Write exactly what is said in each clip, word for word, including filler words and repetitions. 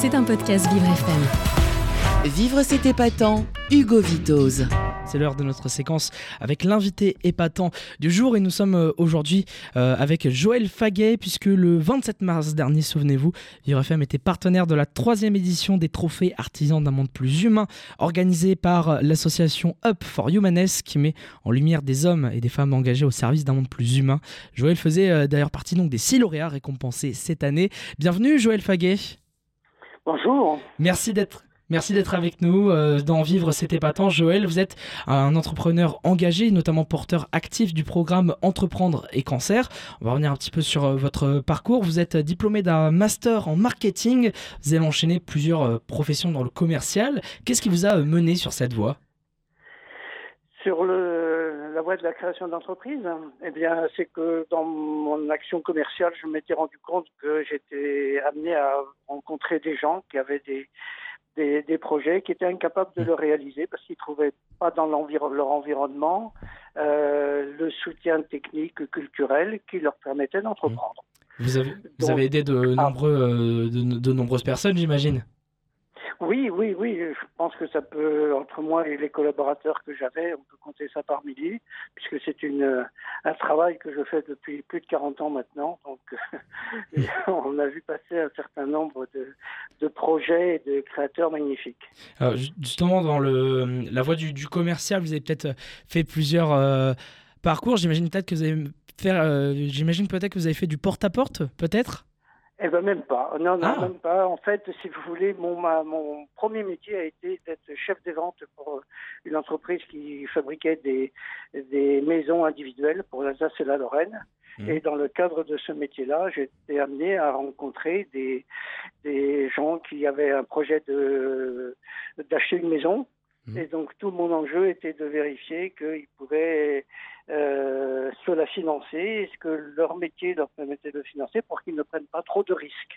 C'est un podcast Vivre F M. Vivre, c'est épatant. Hugo Vitoz. C'est l'heure de notre séquence avec l'invité épatant du jour et nous sommes aujourd'hui euh, avec Joël Faguet puisque le vingt-sept mars dernier, souvenez-vous, Vivre F M était partenaire de la troisième édition des trophées artisans d'un monde plus humain organisée par l'association Up for Humaness qui met en lumière des hommes et des femmes engagés au service d'un monde plus humain. Joël faisait euh, d'ailleurs partie donc des six lauréats récompensés cette année. Bienvenue Joël Faguet. Bonjour. Merci d'être Merci d'être avec nous euh, dans Vivre, c'est épatant. Joël, vous êtes un entrepreneur engagé, notamment porteur actif du programme Entreprendre et Cancer. On va revenir un petit peu sur euh, votre parcours. Vous êtes diplômé d'un master en marketing. Vous avez enchaîné plusieurs euh, professions dans le commercial. Qu'est-ce qui vous a euh, mené sur cette voie ? Sur le, la voie de la création d'entreprise, eh bien, c'est que dans mon action commerciale, je m'étais rendu compte que j'étais amené à rencontrer des gens qui avaient des Des, des projets qui étaient incapables de le réaliser parce qu'ils ne trouvaient pas dans l'enviro- leur environnement euh, le soutien technique, culturel qui leur permettait d'entreprendre. Vous avez, Donc, vous avez aidé de, nombreux, euh, de, de nombreuses personnes, j'imagine ? Oui, oui, oui. Je pense que ça peut, entre moi et les collaborateurs que j'avais, on peut compter ça par milliers, puisque c'est une, un travail que je fais depuis plus de quarante ans maintenant. Donc, on a vu passer un certain nombre de, de projets et de créateurs magnifiques. Alors, justement, dans le, la voie du, du commercial, vous avez peut-être fait plusieurs euh, parcours. J'imagine peut-être que vous avez fait, euh, j'imagine peut-être que vous avez fait du porte-à-porte, peut-être ? Eh ben même pas. Non, non, ah. même pas. En fait, si vous voulez, mon, ma, mon premier métier a été d'être chef des ventes pour une entreprise qui fabriquait des, des maisons individuelles pour l'Alsace et la Lorraine. Mmh. Et dans le cadre de ce métier-là, j'ai été amené à rencontrer des, des gens qui avaient un projet de, d'acheter une maison. Mmh. Et donc, tout mon enjeu était de vérifier qu'ils pouvaient euh, se la financer, est-ce que leur métier leur permettait de financer pour qu'ils ne prennent pas trop de risques.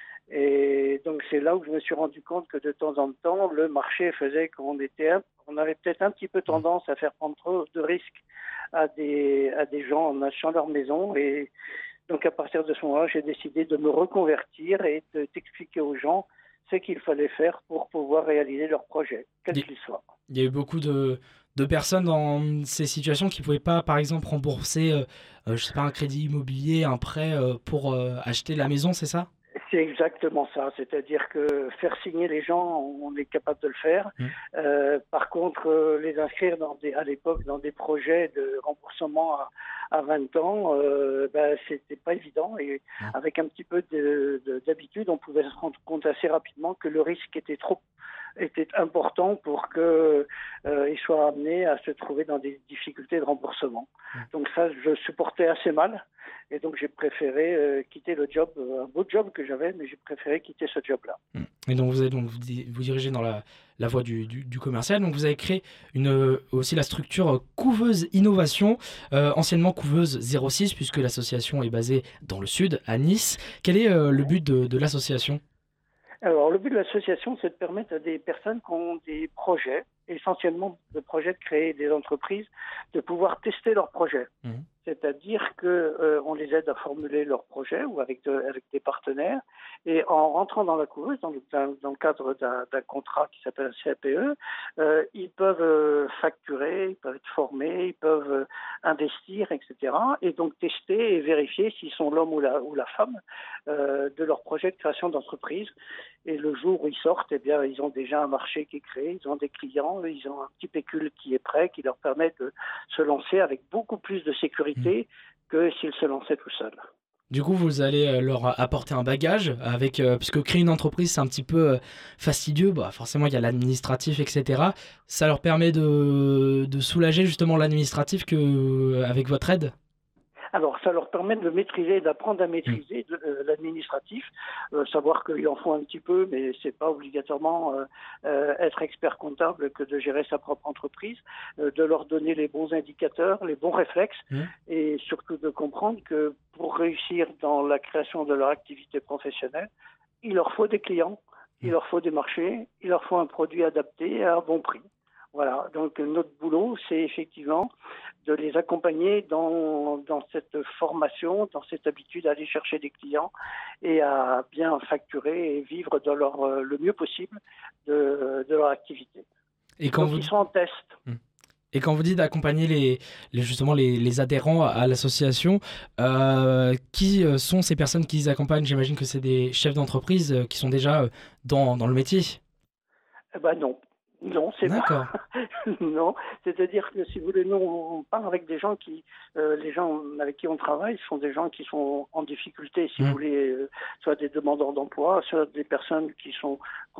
Et donc, c'est là où je me suis rendu compte que de temps en temps, le marché faisait qu'on était un, on avait peut-être un petit peu tendance à faire prendre trop de risques à des, à des gens en achetant leur maison. Et donc, à partir de ce moment-là, j'ai décidé de me reconvertir et de, d'expliquer aux gens ce qu'il fallait faire pour pouvoir réaliser leur projet, quel il, qu'il soit. Il y a eu beaucoup de, de personnes dans ces situations qui ne pouvaient pas, par exemple, rembourser euh, euh, je sais pas, un crédit immobilier, un prêt euh, pour euh, acheter la maison, c'est ça ? C'est exactement ça, c'est-à-dire que faire signer les gens, on est capable de le faire. Mmh. Euh, par contre, euh, les inscrire dans des, à l'époque dans des projets de remboursement à, à vingt ans, euh, ben, c'était pas évident. Et mmh. avec un petit peu de, de, d'habitude, on pouvait se rendre compte assez rapidement que le risque était trop était important pour qu'il euh, soit amené à se trouver dans des difficultés de remboursement. Mmh. Donc ça, je supportais assez mal. Et donc, j'ai préféré euh, quitter le job, euh, un beau job que j'avais, mais j'ai préféré quitter ce job-là. Et donc, vous avez donc vous, vous dirigez dans la, la voie du, du, du commercial. Donc, vous avez créé une, aussi la structure Couveuse Innovation, euh, anciennement Couveuse zéro six, puisque l'association est basée dans le sud, à Nice. Quel est euh, le but de, de l'association ? Alors, le but de l'association, c'est de permettre à des personnes qui ont des projets, essentiellement de projets de créer des entreprises, de pouvoir tester leurs projets. Mmh. C'est-à-dire qu'on euh, les aide à formuler leurs projets ou avec, de, avec des partenaires. Et en rentrant dans la couveuse, dans le, dans, dans le cadre d'un, d'un contrat qui s'appelle un C A P E, euh, ils peuvent euh, facturer, ils peuvent être formés, ils peuvent euh, investir, et cetera. Et donc tester et vérifier s'ils sont l'homme ou la, ou la femme euh, de leur projet de création d'entreprise. Et le jour où ils sortent, eh bien, ils ont déjà un marché qui est créé, ils ont des clients, ils ont un petit pécule qui est prêt, qui leur permet de se lancer avec beaucoup plus de sécurité que s'ils se lançaient tout seuls. Du coup, vous allez leur apporter un bagage, avec, euh, puisque créer une entreprise, c'est un petit peu euh, fastidieux. Bah, forcément, il y a l'administratif, et cetera. Ça leur permet de, de soulager justement l'administratif que, euh, avec votre aide ? Alors, ça leur permet de maîtriser, d'apprendre à maîtriser mmh. euh, l'administratif, euh, savoir qu'il en faut un petit peu, mais c'est pas obligatoirement euh, euh, être expert comptable que de gérer sa propre entreprise, euh, de leur donner les bons indicateurs, les bons réflexes, mmh. et surtout de comprendre que pour réussir dans la création de leur activité professionnelle, il leur faut des clients, mmh. il leur faut des marchés, il leur faut un produit adapté à un bon prix. Voilà, donc notre boulot, c'est effectivement de les accompagner dans, dans cette formation, dans cette habitude à aller chercher des clients et à bien facturer et vivre de leur, le mieux possible de, de leur activité. Et quand donc vous... ils sont en test. Mmh. Et quand vous dites d'accompagner les, les, justement les, les adhérents à, à l'association, euh, qui sont ces personnes qui les accompagnent? J'imagine que c'est des chefs d'entreprise qui sont déjà dans, dans le métier. Eh ben non. Non, c'est D'accord. pas. Non, c'est-à-dire que si vous voulez, nous, on parle avec des gens qui, euh, les gens avec qui on travaille, sont des gens qui sont en difficulté, si mmh. vous voulez, euh, soit des demandeurs d'emploi, soit des personnes qui sont,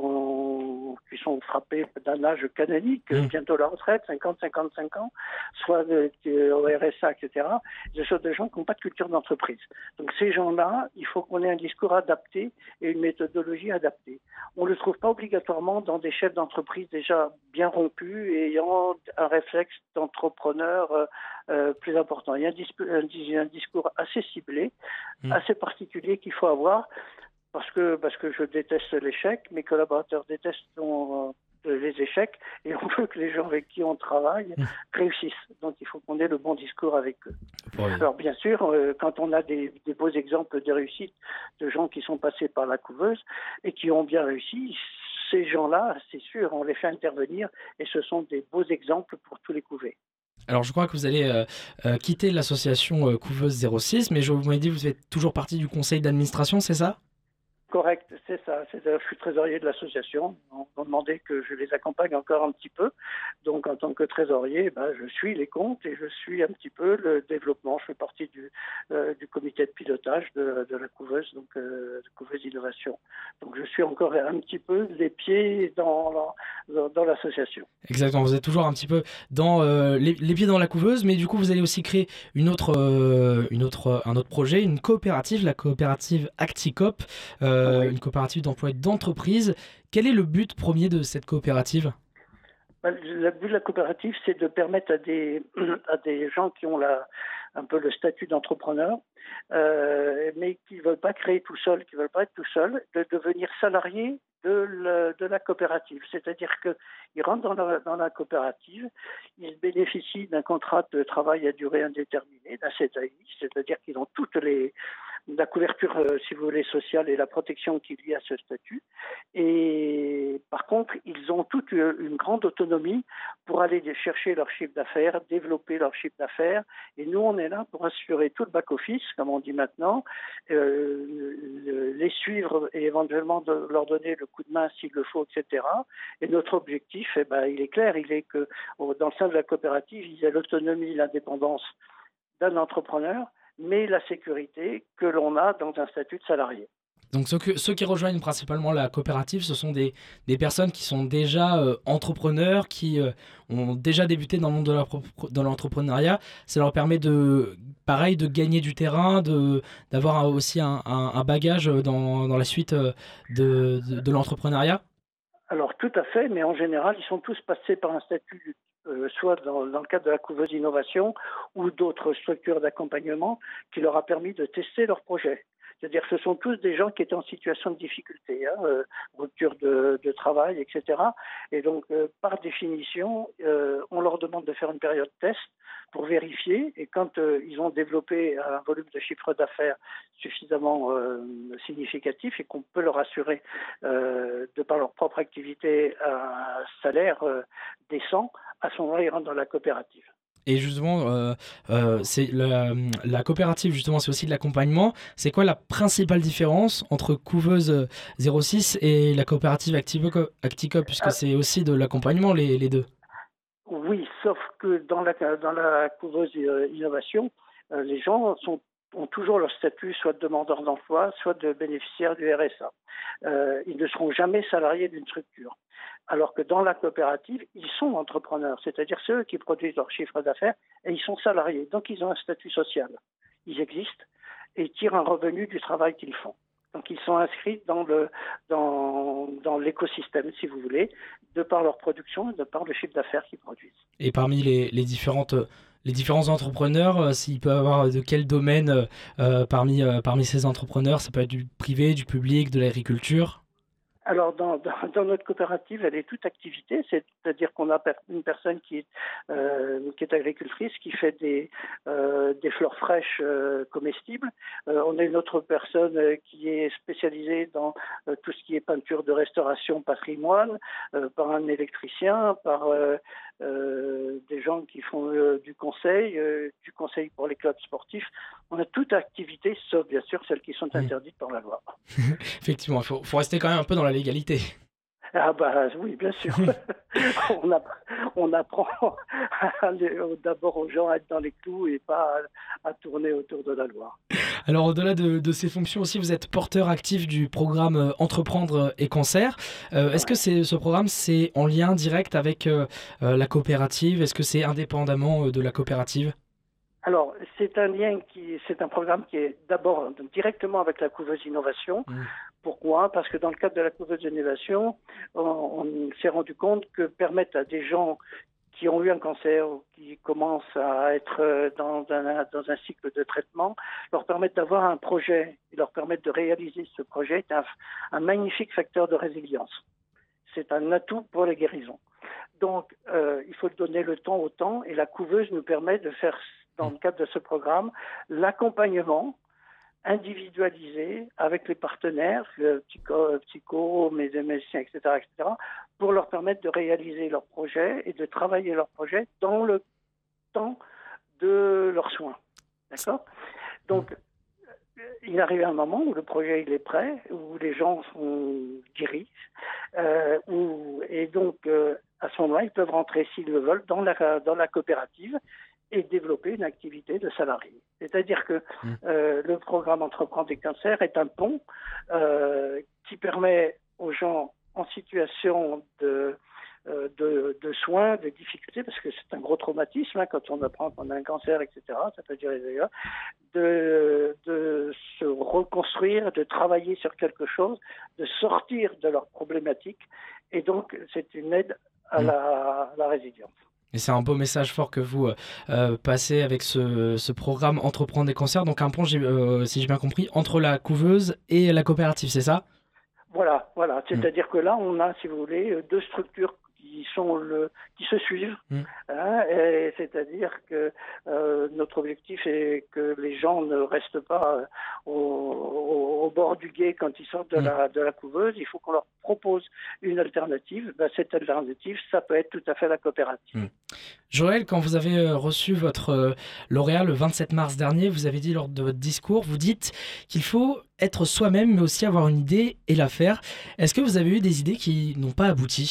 qui sont frappées d'un âge canonique, mmh. bientôt la retraite, cinquante, cinquante-cinq ans, soit de, de, au R S A, et cetera. Ce sont des gens qui n'ont pas de culture d'entreprise. Donc ces gens-là, il faut qu'on ait un discours adapté et une méthodologie adaptée. On ne le trouve pas obligatoirement dans des chefs d'entreprise déjà bien rompus et ayant un réflexe d'entrepreneur euh, euh, plus important. Il y a un, discours, un discours assez ciblé, mmh. assez particulier qu'il faut avoir parce que, parce que je déteste l'échec, mes collaborateurs détestent euh, les échecs et on veut que les gens avec qui on travaille mmh. réussissent. Donc il faut qu'on ait le bon discours avec eux. Oui. Alors bien sûr, euh, quand on a des, des beaux exemples de réussite de gens qui sont passés par la couveuse et qui ont bien réussi, ces gens-là, c'est sûr, on les fait intervenir et ce sont des beaux exemples pour tous les couvées. Alors je crois que vous allez euh, euh, quitter l'association euh, Couveuse zéro six, mais je vous m'avez dit que vous êtes toujours partie du conseil d'administration, c'est ça ? Correct, c'est ça. C'est, je suis trésorier de l'association. On m'a demandé que je les accompagne encore un petit peu. Donc, en tant que trésorier, ben, je suis les comptes et je suis un petit peu le développement. Je fais partie du, euh, du comité de pilotage de, de la couveuse, donc euh, de couveuse innovation. Donc, je suis encore un petit peu les pieds dans, dans, dans l'association. Exactement. Vous êtes toujours un petit peu dans euh, les, les pieds dans la couveuse, mais du coup, vous allez aussi créer une autre, euh, une autre, un autre projet, une coopérative, la coopérative Acticop. Euh, Euh, une coopérative d'emploi et d'entreprise. Quel est le but premier de cette coopérative ? Le but de la coopérative, c'est de permettre à des, à des gens qui ont la, un peu le statut d'entrepreneur, euh, mais qui ne veulent pas créer tout seul, qui ne veulent pas être tout seuls, de devenir salariés de, le, de la coopérative. C'est-à-dire qu'ils rentrent dans la, dans la coopérative, ils bénéficient d'un contrat de travail à durée indéterminée, d'un C D I, c'est-à-dire qu'ils ont toutes les... la couverture, euh, si vous voulez, sociale et la protection qui est liée à ce statut. Et par contre, ils ont toute une grande autonomie pour aller chercher leur chiffre d'affaires, développer leur chiffre d'affaires. Et nous, on est là pour assurer tout le back-office, comme on dit maintenant, euh, les suivre et éventuellement de leur donner le coup de main s'il le faut, et cetera. Et notre objectif, eh ben, il est clair, il est que dans le sein de la coopérative, il y a l'autonomie, l'indépendance d'un entrepreneur, mais la sécurité que l'on a dans un statut de salarié. Donc ceux, que, ceux qui rejoignent principalement la coopérative, ce sont des, des personnes qui sont déjà euh, entrepreneurs, qui euh, ont déjà débuté dans le monde de, la, de l'entrepreneuriat. Ça leur permet de, pareil, de gagner du terrain, de, d'avoir aussi un, un, un bagage dans, dans la suite de, de, de l'entrepreneuriat. Alors tout à fait, mais en général, ils sont tous passés par un statut Euh, soit dans, dans le cadre de la couveuse innovation ou d'autres structures d'accompagnement qui leur a permis de tester leur projet. C'est-à-dire que ce sont tous des gens qui étaient en situation de difficulté, hein, euh, rupture de, de travail, et cetera. Et donc, euh, par définition, euh, on leur demande de faire une période test pour vérifier. Et quand euh, ils ont développé un volume de chiffre d'affaires suffisamment euh, significatif et qu'on peut leur assurer, euh, de par leur propre activité, un salaire euh, décent, à ce moment-là, ils rentrent dans la coopérative. Et justement, euh, euh, c'est la, la coopérative, justement, c'est aussi de l'accompagnement. C'est quoi la principale différence entre Couveuse zéro six et la coopérative Acticop, puisque ah. c'est aussi de l'accompagnement, les, les deux? Oui, sauf que dans la, dans la Couveuse Innovation, euh, les gens sont, ont toujours leur statut soit de demandeur d'emploi, soit de bénéficiaire du R S A. Euh, ils ne seront jamais salariés d'une structure. Alors que dans la coopérative, ils sont entrepreneurs, c'est-à-dire ceux qui produisent leur chiffre d'affaires et ils sont salariés. Donc, ils ont un statut social. Ils existent et ils tirent un revenu du travail qu'ils font. Donc, ils sont inscrits dans, le, dans, dans l'écosystème, si vous voulez, de par leur production et de par le chiffre d'affaires qu'ils produisent. Et parmi les, les, différentes, les différents entrepreneurs, euh, s'il peut y avoir de quel domaine euh, parmi, euh, parmi ces entrepreneurs, ça peut être du privé, du public, de l'agriculture ? Alors, dans, dans, dans notre coopérative, elle est toute activité, c'est-à-dire qu'on a une personne qui est, euh, qui est agricultrice, qui fait des, euh, des fleurs fraîches euh, comestibles. Euh, on a une autre personne euh, qui est spécialisée dans euh, tout ce qui est peinture de restauration patrimoine, euh, par un électricien, par euh, euh, des gens qui font euh, du conseil, euh, du conseil pour les clubs sportifs. On a toute activité, sauf bien sûr celles qui sont interdites par la loi. Effectivement, il faut, faut rester quand même un peu dans la légalité. Ah bah oui, bien sûr. on, a, on apprend à, d'abord aux gens à être dans les clous et pas à, à tourner autour de la loi. Alors au-delà de, de ces fonctions aussi, vous êtes porteur actif du programme Entreprendre et Cancer. Euh, est-ce ouais. que c'est, ce programme, c'est en lien direct avec euh, la coopérative ? Est-ce que c'est indépendamment de la coopérative ? Alors, c'est un lien qui, c'est un programme qui est d'abord directement avec la couveuse innovation. Mmh. Pourquoi ? Parce que dans le cadre de la couveuse innovation, on, on s'est rendu compte que permettre à des gens qui ont eu un cancer ou qui commencent à être dans un, dans un cycle de traitement, leur permettre d'avoir un projet et leur permettre de réaliser ce projet est un, un magnifique facteur de résilience. C'est un atout pour la guérison. Donc, euh, il faut donner le temps au temps et la couveuse nous permet de faire, dans le cadre de ce programme, l'accompagnement individualisé avec les partenaires, le psycho, psycho médecins, et cetera, et cetera, pour leur permettre de réaliser leur projet et de travailler leur projet dans le temps de leurs soins. D'accord ? Donc, il arrive un moment où le projet il est prêt, où les gens sont guéris, euh, où, et donc euh, à ce moment-là, ils peuvent rentrer s'ils le veulent dans la, dans la coopérative et développer une activité de salarié. C'est-à-dire que mmh. euh, le programme Entreprendre et Cancer est un pont euh, qui permet aux gens en situation de, euh, de, de soins, de difficultés, parce que c'est un gros traumatisme hein, quand on apprend qu'on a un cancer, et cetera, ça peut durer des heures, de, de se reconstruire, de travailler sur quelque chose, de sortir de leurs problématiques. Et donc, c'est une aide à, mmh. la, à la résilience. Et c'est un beau message fort que vous euh, passez avec ce, ce programme Entreprendre et Cancer. Donc un pont, j'ai, euh, si j'ai bien compris, entre la couveuse et la coopérative, c'est ça ? Voilà, voilà. C'est-à-dire mmh. que là, on a, si vous voulez, deux structures qui sont le, qui se suivent. Mmh. Hein, et c'est-à-dire que euh, notre objectif est que les gens ne restent pas au, au, au bord du gué quand ils sortent de, mmh. la, de la couveuse. Il faut qu'on leur propose une alternative. Ben, cette alternative, ça peut être tout à fait la coopérative. Mmh. Joël, quand vous avez reçu votre euh, lauréat le vingt-sept mars dernier, vous avez dit lors de votre discours, vous dites qu'il faut être soi-même, mais aussi avoir une idée et la faire. Est-ce que vous avez eu des idées qui n'ont pas abouti ?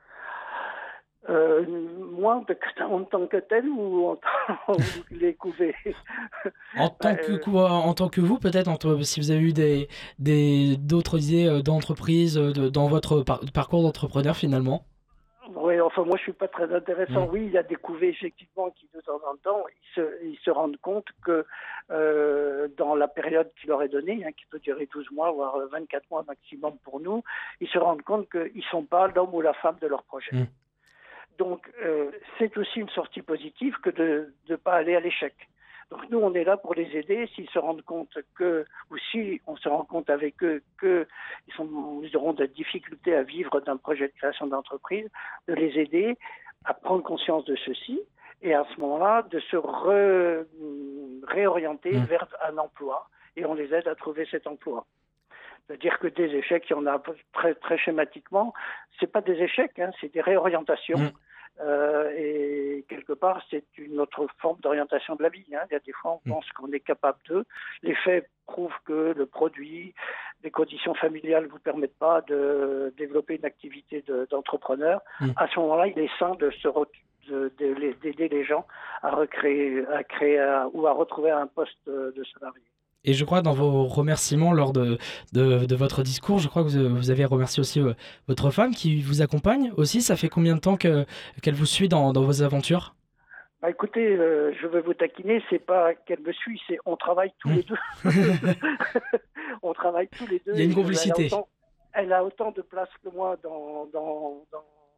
Euh, moi, en tant que tel ou en tant que les couvées en, tant que, euh, en tant que vous, peut-être, entre, si vous avez eu des, des, d'autres idées d'entreprise de, dans votre par, parcours d'entrepreneur finalement. Oui, enfin moi je suis pas très intéressant. Mmh. Oui, il y a des couvées effectivement qui de temps en temps ils se, ils se rendent compte que euh, dans la période qui leur est donnée, hein, qui peut durer douze mois voire vingt-quatre mois maximum pour nous, ils se rendent compte qu'ils sont pas l'homme ou la femme de leur projet. Mmh. Donc euh, c'est aussi une sortie positive que de ne pas aller à l'échec. Donc nous, on est là pour les aider s'ils se rendent compte que, ou si on se rend compte avec eux qu'ils ils auront des difficultés à vivre d'un projet de création d'entreprise, de les aider à prendre conscience de ceci et à ce moment-là, de se re, réorienter mmh. vers un emploi et on les aide à trouver cet emploi. C'est-à-dire que des échecs, il y en a très, très schématiquement, c'est pas des échecs, hein, c'est des réorientations. Mmh. Euh, et quelque part, c'est une autre forme d'orientation de la vie. Hein. Il y a des fois, on pense qu'on est capable d'eux. Les faits prouvent que le produit, les conditions familiales ne vous permettent pas de développer une activité de, d'entrepreneur. Mmh. À ce moment-là, il est sain de se re- de, de, d'aider les gens à recréer, à créer un, ou à retrouver un poste de salarié. Et je crois dans vos remerciements lors de, de, de votre discours, je crois que vous, vous avez remercié aussi euh, votre femme qui vous accompagne aussi. Ça fait combien de temps que, qu'elle vous suit dans, dans vos aventures ? Bah écoutez, euh, je veux vous taquiner, c'est pas qu'elle me suit, c'est on travaille tous mmh. les deux. On travaille tous les deux. Il y a une complicité. Elle a autant, elle a autant de place que moi dans, dans, dans,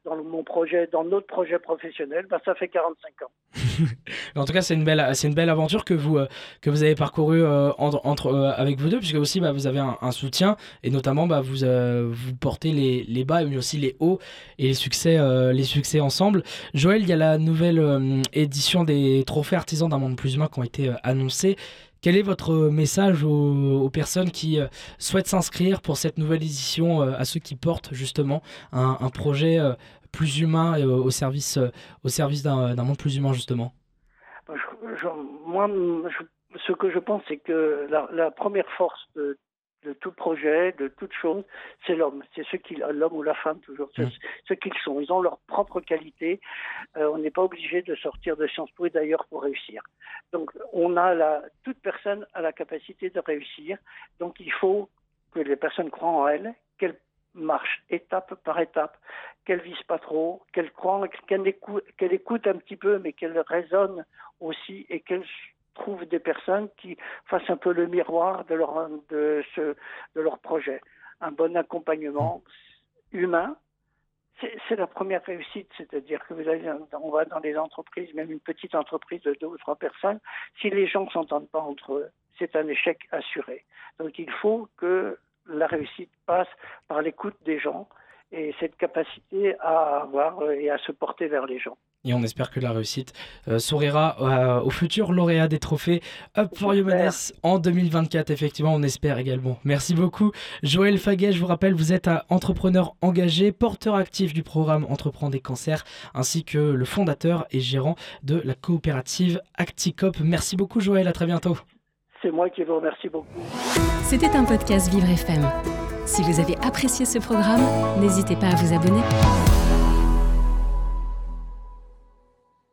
dans le, mon projet, dans notre projet professionnel, ben, ça fait quarante-cinq ans. En tout cas, c'est une belle, c'est une belle aventure que vous, euh, que vous avez parcourue euh, entre, entre, euh, avec vous deux, puisque aussi bah, vous avez un, un soutien, et notamment bah, vous, euh, vous portez les, les bas, mais aussi les hauts, et les succès, euh, les succès ensemble. Joël, il y a la nouvelle euh, édition des Trophées Artisans d'un monde plus humain qui ont été euh, annoncés. Quel est votre message aux, aux personnes qui euh, souhaitent s'inscrire pour cette nouvelle édition, euh, à ceux qui portent justement un, un projet euh, plus humain et, euh, au service, euh, au service d'un, d'un monde plus humain justement? je, je, Moi, je, ce que je pense, c'est que la, la première force de, de tout projet, de toute chose, c'est l'homme. C'est ce qu'il, l'homme ou la femme toujours, c'est mmh. ce qu'ils sont. Ils ont leurs propres qualités. Euh, on n'est pas obligé de sortir de Sciences Po et d'ailleurs pour réussir. Donc, on a la, toute personne a la capacité de réussir. Donc, il faut que les personnes croient en elles, qu'elles marchent étape par étape, qu'elles visent pas trop, qu'elles croient, qu'elles écoutent, qu'elles écoutent un petit peu, mais qu'elles raisonnent aussi et qu'elles trouvent des personnes qui fassent un peu le miroir de leur, de ce, de leur projet. Un bon accompagnement humain, c'est, c'est la première réussite, c'est-à-dire que vous allez, on va dans les entreprises, même une petite entreprise de deux ou trois personnes, si les gens ne s'entendent pas entre eux, c'est un échec assuré. Donc il faut que la réussite passe par l'écoute des gens et cette capacité à avoir et à se porter vers les gens. Et on espère que la réussite euh, sourira euh, aux futurs lauréats des trophées Up for Humaness en deux mille vingt-quatre. Effectivement, on espère également. Merci beaucoup. Joël Faguet, je vous rappelle, vous êtes un entrepreneur engagé, porteur actif du programme Entreprendre des cancers, ainsi que le fondateur et gérant de la coopérative Acticop. Merci beaucoup Joël, à très bientôt. C'est moi qui vous remercie beaucoup. C'était un podcast Vivre F M. Si vous avez apprécié ce programme, n'hésitez pas à vous abonner.